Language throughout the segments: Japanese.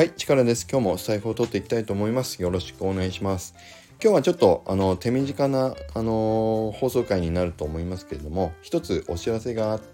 はい、力です。今日もスタイフを取っていきたいと思います。よろしくお願いします。今日はちょっと手短な放送回になると思いますけれども、一つお知らせがあって、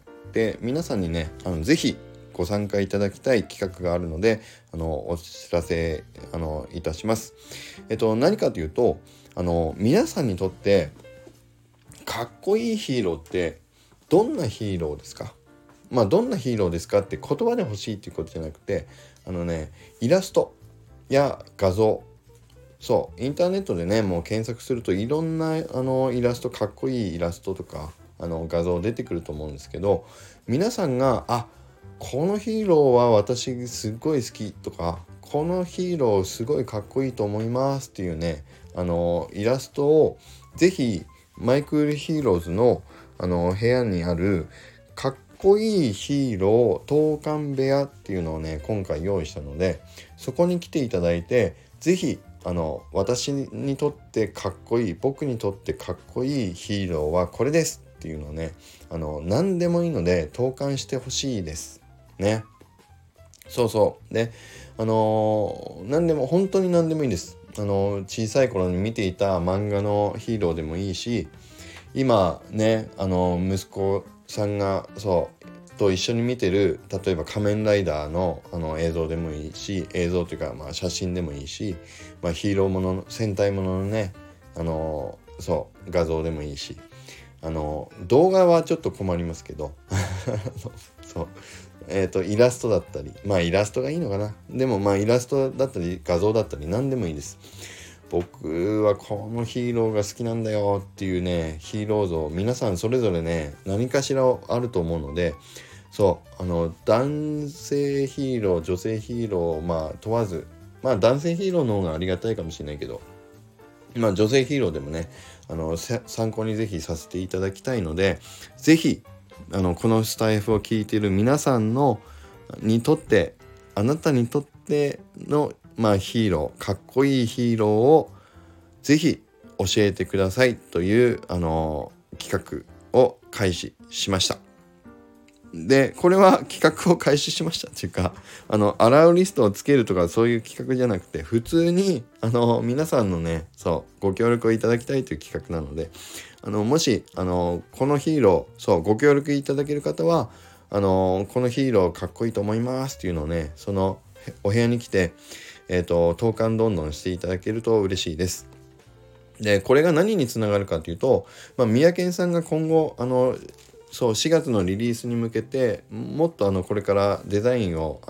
皆さんにねぜひご参加いただきたい企画があるのでお知らせいたします。何かというと皆さんにとってかっこいいヒーローってどんなヒーローですか？どんなヒーローですかって言葉で欲しいっていうことじゃなくて、イラストや画像、インターネットでねもう検索するといろんなイラスト、かっこいいイラストとか画像出てくると思うんですけど、皆さんがこのヒーローは私すっごい好きとか、このヒーローすごいかっこいいと思いますっていうねイラストをぜひマイクールヒーローズの部屋にあるかっこいいヒーロー投函部屋っていうのをね今回用意したので、そこに来ていただいて、ぜひ私にとってかっこいい、僕にとってかっこいいヒーローはこれですっていうのをね何でもいいので投函してほしいですね。で何でも、本当に何でもいいです。小さい頃に見ていた漫画のヒーローでもいいし、今ね息子さんがと一緒に見てる例えば仮面ライダーの映像でもいいし、映像というか写真でもいいし、ヒーローものの戦隊もののね画像でもいいし、動画はちょっと困りますけどイラストだったり、イラストがいいのかな。でもイラストだったり画像だったり何でもいいです。僕はこのヒーローが好きなんだよっていうねヒーロー像、皆さんそれぞれね何かしらあると思うので、男性ヒーロー、女性ヒーロー問わず、男性ヒーローの方がありがたいかもしれないけど、女性ヒーローでもね参考にぜひさせていただきたいので、ぜひこのスタイフを聞いている皆さんにとって、あなたにとってのヒーロー、かっこいいヒーローをぜひ教えてくださいという企画を開始しました。でこれは企画を開始しましたっていうかアラウリストをつけるとかそういう企画じゃなくて、普通に皆さんのねご協力をいただきたいという企画なので、もしこのヒーローご協力いただける方はこのヒーローかっこいいと思いますっていうのをねそのお部屋に来て投函どんどんしていただけると嬉しいです。でこれが何につながるかというと、三宅さんが今後4月のリリースに向けてもっとこれからデザインを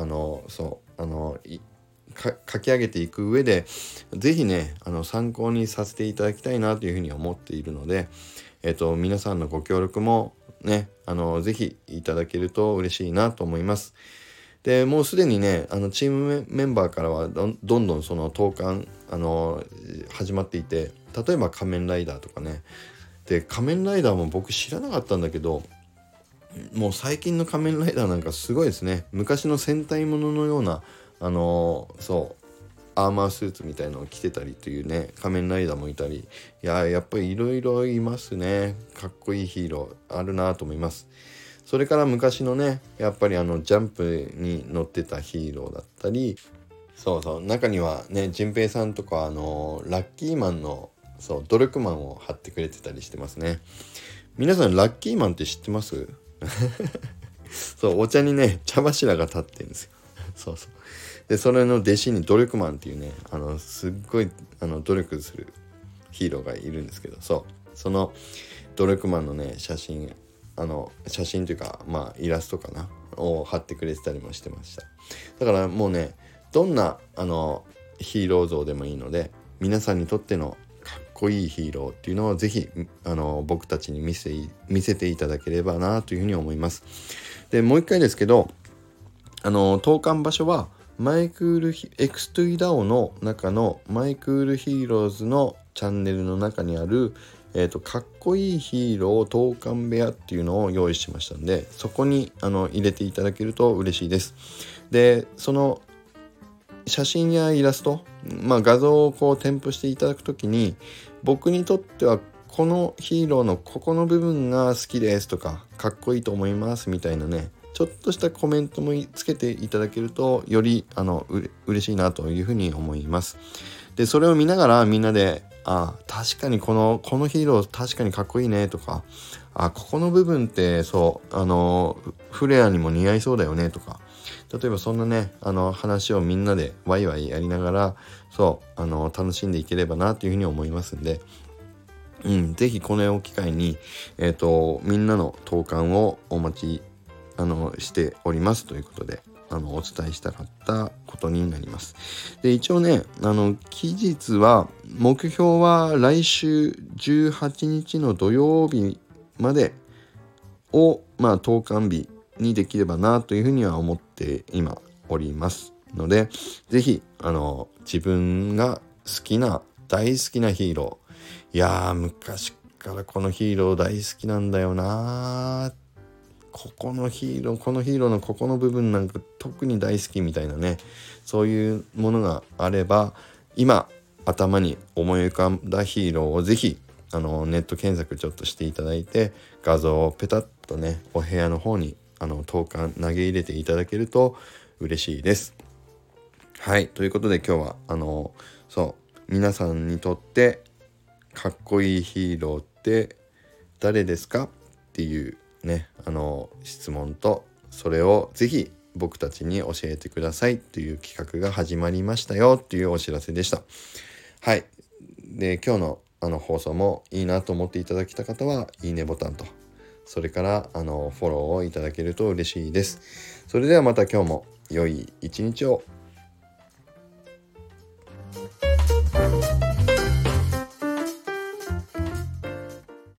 書き上げていく上でぜひね参考にさせていただきたいなというふうに思っているので、皆さんのご協力もねぜひいただけると嬉しいなと思います。でもうすでにねチームメンバーからはどんどんその投函始まっていて、例えば仮面ライダーとかね、で仮面ライダーも僕知らなかったんだけど、もう最近の仮面ライダーなんかすごいですね。昔の戦隊もののようなアーマースーツみたいのを着てたりというね仮面ライダーもいたり、やっぱりいろいろいますね。かっこいいヒーローあるなと思います。それから昔のねやっぱりジャンプに乗ってたヒーローだったり、中にはね迅平さんとかラッキーマンの努力マンを貼ってくれてたりしてますね。皆さんラッキーマンって知ってます？お茶にね茶柱が立ってるんですよ。でそれの弟子に努力マンっていうねすっごい努力するヒーローがいるんですけど、その努力マンのね写真というかイラストかなを貼ってくれてたりもしてました。だからもうねどんなヒーロー像でもいいので、皆さんにとってのかっこいいヒーローっていうのをぜひ僕たちに見せていただければなというふうに思います。でもう一回ですけど投函場所はマイクールエクストゥイダオの中のマイクールヒーローズのチャンネルの中にあるかっこいいヒーロー投函部屋っていうのを用意しましたので、そこに入れていただけると嬉しいです。でその写真やイラスト、画像を添付していただくときに、僕にとってはこのヒーローのここの部分が好きですとかかっこいいと思いますみたいなねちょっとしたコメントもつけていただけるとより嬉しいなというふうに思います。でそれを見ながらみんなで確かにこのヒーロー確かにかっこいいねとか、ここの部分ってフレアにも似合いそうだよねとか、例えばそんなね話をみんなでワイワイやりながら楽しんでいければなというふうに思いますんで、ぜひこの機会にみんなの投函をお待ちしておりますということでお伝えしたかったことになります。で一応ね期日は目標は来週18日の土曜日までを投函日にできればなというふうには思って今おりますので、ぜひ自分が大好きなヒーロー、いやー昔からこのヒーロー大好きなんだよな、このヒーローのここの部分なんか特に大好きみたいなね、そういうものがあれば今頭に思い浮かんだヒーローをぜひネット検索ちょっとしていただいて画像をペタッとねお部屋の方に投函投げ入れていただけると嬉しいです。はい、ということで今日は皆さんにとってかっこいいヒーローって誰ですかっていうね質問と、それをぜひ僕たちに教えてくださいという企画が始まりましたよっていうお知らせでした。はい、で今日の放送もいいなと思っていただけた方はいいねボタンと、それからフォローをいただけると嬉しいです。それではまた今日も良い一日を